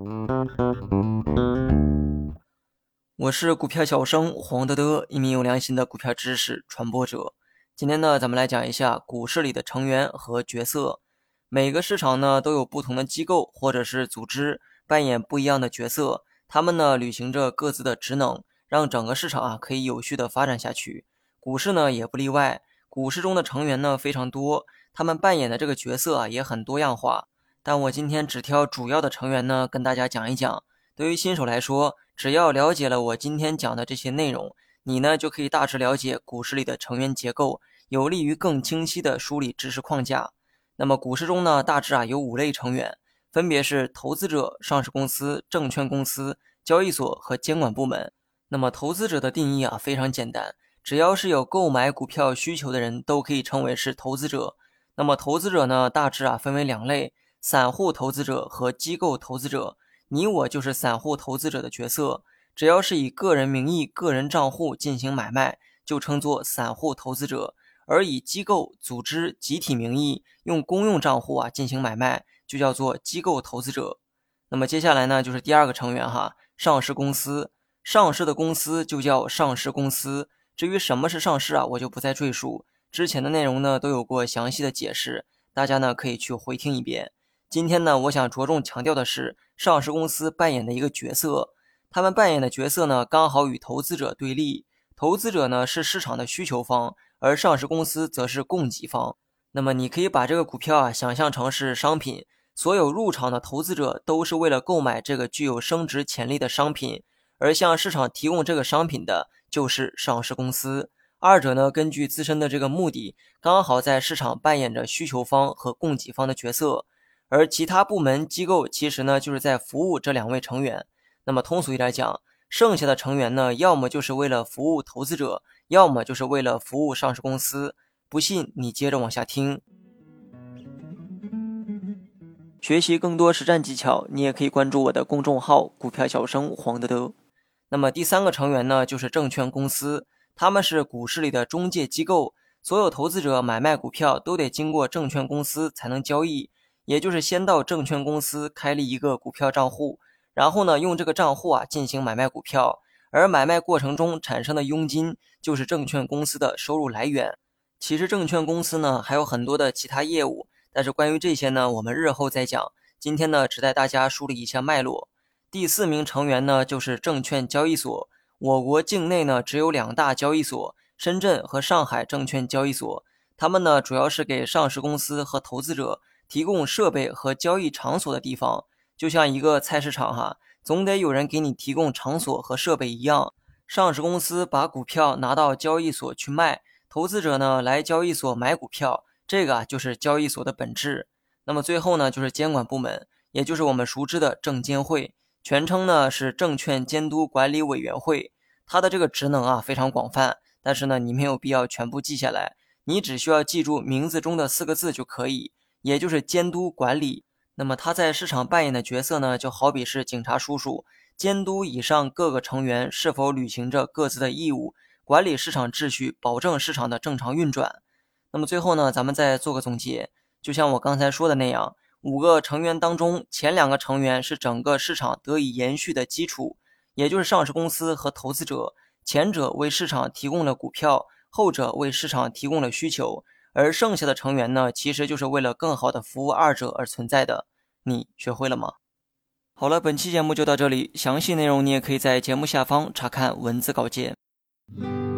我是股票小生黄德德，一名有良心的股票知识传播者。今天呢，咱们来讲一下股市里的成员和角色。每个市场呢都有不同的机构或者是组织扮演不一样的角色，他们呢履行着各自的职能，让整个市场可以有序的发展下去。股市呢也不例外，股市中的成员呢非常多，他们扮演的这个角色也很多样化。但我今天只挑主要的成员呢跟大家讲一讲。对于新手来说，只要了解了我今天讲的这些内容，你呢就可以大致了解股市里的成员结构，有利于更清晰的梳理知识框架。那么股市中呢，大致有5类成员，分别是投资者、上市公司、证券公司、交易所和监管部门。那么投资者的定义非常简单，只要是有购买股票需求的人都可以称为是投资者。那么投资者呢，大致分为2类，散户投资者和机构投资者。你我就是散户投资者的角色，只要是以个人名义、个人账户进行买卖，就称作散户投资者；而以机构、组织、集体名义用公用账户进行买卖，就叫做机构投资者。那么接下来呢，就是第2个成员上市公司。上市的公司就叫上市公司。至于什么是上市我就不再赘述，之前的内容呢都有过详细的解释，大家呢可以去回听一遍。今天呢，我想着重强调的是上市公司扮演的一个角色，他们扮演的角色呢，刚好与投资者对立。投资者呢是市场的需求方，而上市公司则是供给方。那么你可以把这个股票想象成是商品，所有入场的投资者都是为了购买这个具有升值潜力的商品，而向市场提供这个商品的就是上市公司。二者呢，根据自身的这个目的，刚好在市场扮演着需求方和供给方的角色。而其他部门机构其实呢就是在服务这2位成员。那么通俗一点讲，剩下的成员呢，要么就是为了服务投资者，要么就是为了服务上市公司。不信你接着往下听。学习更多实战技巧，你也可以关注我的公众号股票小生黄德德。那么第3个成员呢，就是证券公司，他们是股市里的中介机构，所有投资者买卖股票都得经过证券公司才能交易，也就是先到证券公司开立一个股票账户，然后呢用这个账户进行买卖股票，而买卖过程中产生的佣金就是证券公司的收入来源。其实证券公司呢还有很多的其他业务，但是关于这些呢我们日后再讲，今天呢只带大家梳理一下脉络。第4名成员呢就是证券交易所。我国境内呢只有2大交易所，深圳和上海证券交易所，他们呢主要是给上市公司和投资者提供设备和交易场所的地方。就像一个菜市场总得有人给你提供场所和设备一样。上市公司把股票拿到交易所去卖，投资者呢来交易所买股票，这个就是交易所的本质。那么最后呢就是监管部门，也就是我们熟知的证监会，全称呢是证券监督管理委员会。它的这个职能非常广泛，但是呢你没有必要全部记下来，你只需要记住名字中的4个字就可以，也就是监督管理。那么他在市场扮演的角色呢，就好比是警察叔叔，监督以上各个成员是否履行着各自的义务，管理市场秩序，保证市场的正常运转。那么最后呢，咱们再做个总结，就像我刚才说的那样，5个成员当中，前2个成员是整个市场得以延续的基础，也就是上市公司和投资者，前者为市场提供了股票，后者为市场提供了需求，而剩下的成员呢，其实就是为了更好的服务2者而存在的。你学会了吗？好了，本期节目就到这里，详细内容你也可以在节目下方查看文字稿件。